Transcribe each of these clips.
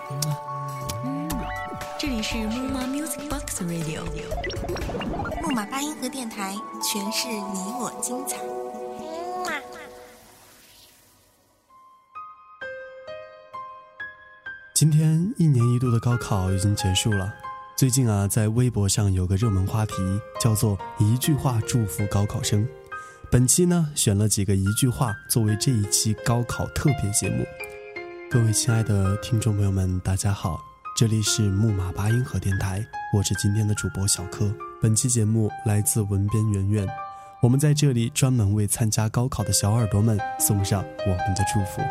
这里是木马 Music Box Radio， 木马八音盒电台，诠释你我精彩。 今天1年1度的高考已经结束了。最近在微博上有个热门话题，叫做一句话祝福高考生。本期呢，选了几个一句话作为这一期高考特别节目。各位亲爱的听众朋友们，大家好，这里是木马八音盒电台，我是今天的主播小柯。本期节目来自文编圆圆，我们在这里专门为参加高考的小耳朵们送上我们的祝福。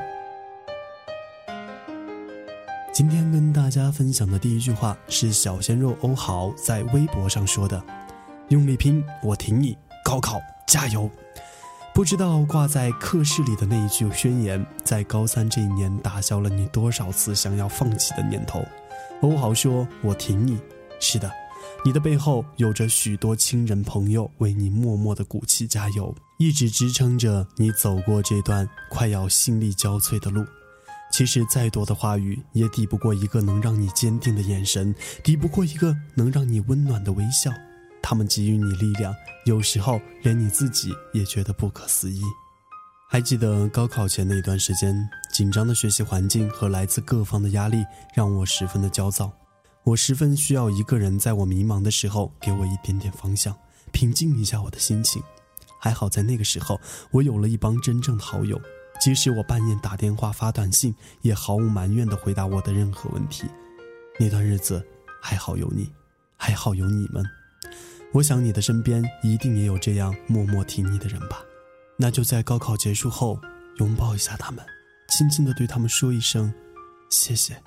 今天跟大家分享的第一句话是小鲜肉欧豪在微博上说的：用力拼，我挺你，高考加油。不知道挂在课室里的那一句宣言，在高三这一年打消了你多少次想要放弃的念头。欧豪说：我挺你。是的，你的背后有着许多亲人朋友为你默默的鼓气加油，一直支撑着你走过这段快要心力交瘁的路。其实再多的话语也抵不过一个能让你坚定的眼神，抵不过一个能让你温暖的微笑。他们给予你力量，有时候连你自己也觉得不可思议。还记得高考前那段时间，紧张的学习环境和来自各方的压力让我十分的焦躁。我十分需要一个人在我迷茫的时候给我一点点方向，平静一下我的心情。还好在那个时候，我有了一帮真正的好友，即使我半夜打电话发短信，也毫无埋怨地回答我的任何问题。那段日子还好有你，还好有你们。我想你的身边一定也有这样默默挺你的人吧。那就在高考结束后拥抱一下他们，轻轻地对他们说一声谢谢。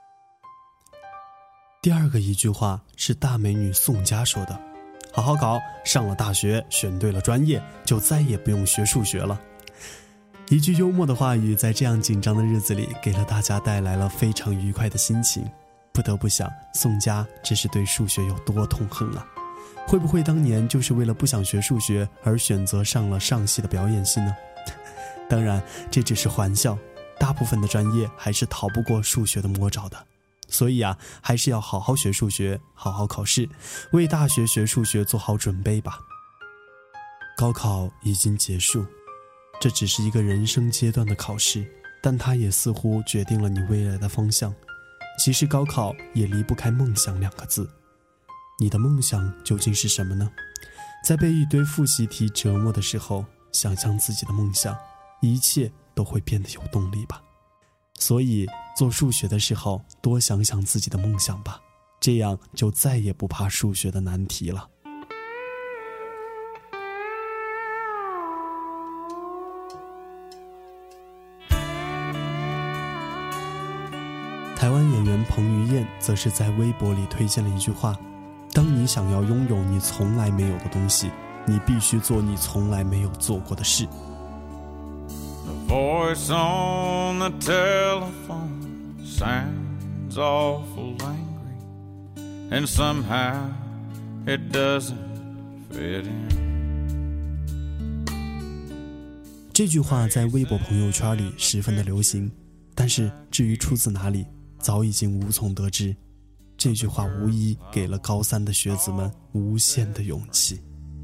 第二个一句话是大美女宋佳说的：好好考，上了大学，选对了专业，就再也不用学数学了。一句幽默的话语，在这样紧张的日子里，给了大家带来了非常愉快的心情。不得不想，宋佳这是对数学有多痛恨啊！会不会当年就是为了不想学数学而选择上了上戏的表演系呢？当然，这只是玩笑，大部分的专业还是逃不过数学的魔爪的。所以还是要好好学数学，好好考试，为大学学数学做好准备吧。高考已经结束，这只是一个人生阶段的考试，但它也似乎决定了你未来的方向。其实高考也离不开梦想2个字。你的梦想究竟是什么呢？在被一堆复习题折磨的时候，想象自己的梦想，一切都会变得有动力吧。所以做数学的时候多想想自己的梦想吧，这样就再也不怕数学的难题了。台湾演员彭于晏则是在微博里推荐了一句话：当你想要拥有你从来没有的东西，你必须做你从来没有做过的事。 The voice on the telephone sounds awful angry, and somehow it doesn't fit in. 这句话在微博朋友圈里十分的流行，但是至于出自哪里，早已经无从得知。这句话无疑给了高三的学子们无限的勇气。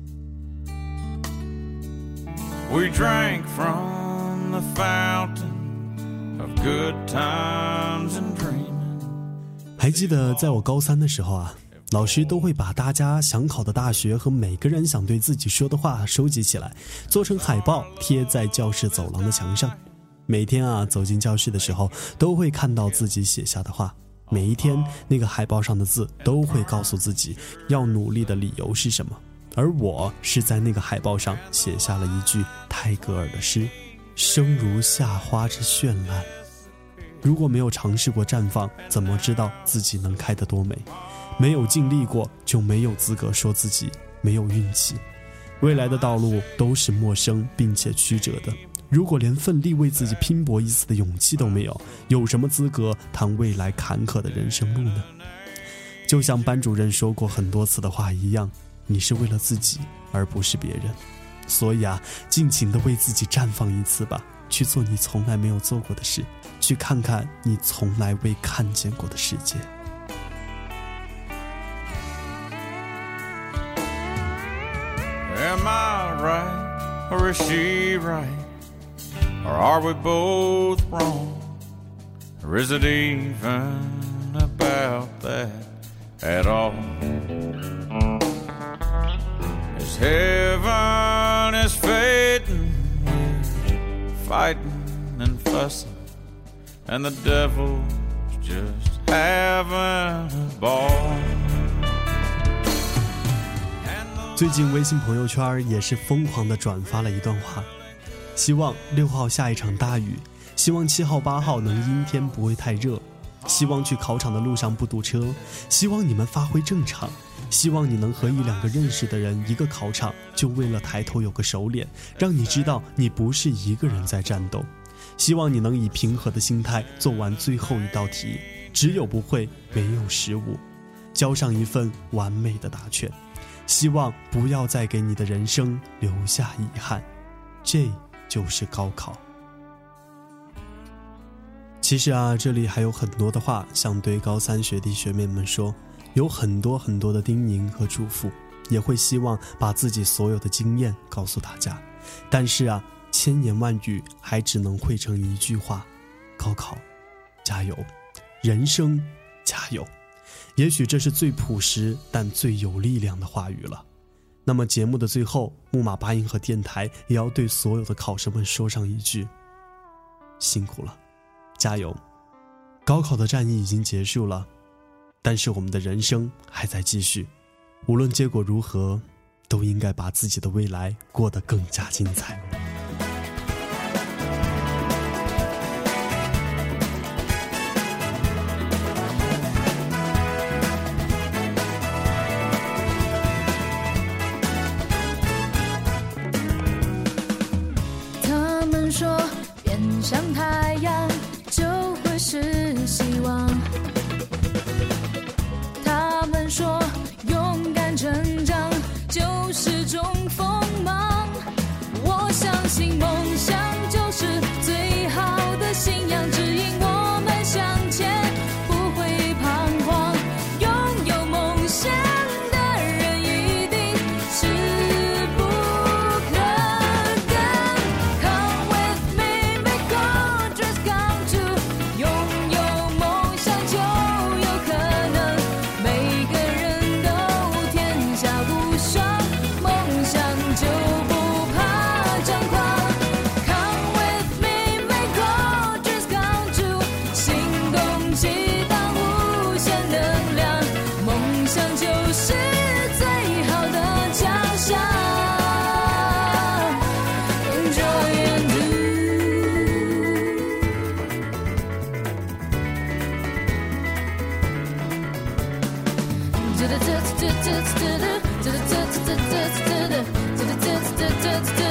We drank from the fountain of good times and dreaming. 还记得在我高三的时候老师都会把大家想考的大学和每个人想对自己说的话收集起来，做成海报贴在教室走廊的墙上。每天走进教室的时候，都会看到自己写下的话。每一天那个海报上的字都会告诉自己要努力的理由是什么，而我是在那个海报上写下了一句泰戈尔的诗：生如夏花之绚烂。如果没有尝试过绽放，怎么知道自己能开得多美？没有经历过，就没有资格说自己没有运气。未来的道路都是陌生并且曲折的，如果连奋力为自己拼搏一次的勇气都没有，有什么资格谈未来坎坷的人生路呢？就像班主任说过很多次的话一样，你是为了自己而不是别人。所以尽情地为自己绽放一次吧，去做你从来没有做过的事，去去看看你从来未看见过的世界。 Am I right, or is she right? Or are we both wrong? Or is it even about that at all? Is heaven is fading, fighting and fussing, and the devil's just having a ball. 最近微信朋友圈也是疯狂地转发了一段话，希望6号下一场大雨，希望7号8号能阴天不会太热，希望去考场的路上不堵车，希望你们发挥正常，希望你能和1-2个认识的人一个考场，就为了抬头有个熟脸，让你知道你不是一个人在战斗，希望你能以平和的心态做完最后一道题，只有不会没有失误，交上一份完美的答卷，希望不要再给你的人生留下遗憾，这就是高考。其实啊，这里还有很多的话想对高3学弟学妹们说，有很多很多的叮咛和祝福，也会希望把自己所有的经验告诉大家，但是啊，千言万语还只能汇成一句话：高考加油，人生加油。也许这是最朴实但最有力量的话语了。那么节目的最后，木马八音盒电台也要对所有的考生们说上一句：辛苦了，加油！高考的战役已经结束了，但是我们的人生还在继续，无论结果如何，都应该把自己的未来过得更加精彩。 像太阳就会是希望，他们说勇敢成长就是种锋芒，我相信梦想就是最好的信仰，指引我们向前，不会彷徨，拥有梦想的人一定是不可跟。 Come with me, make all dreams come true， 拥有梦想就有可能，每个人都天下无双，梦想就不怕张狂。Come with me, make all dreams come true， 行动激荡无限能量，梦想就是最好的奖项。Joy and do。Do do do do do do do do do do do do do do do do do do do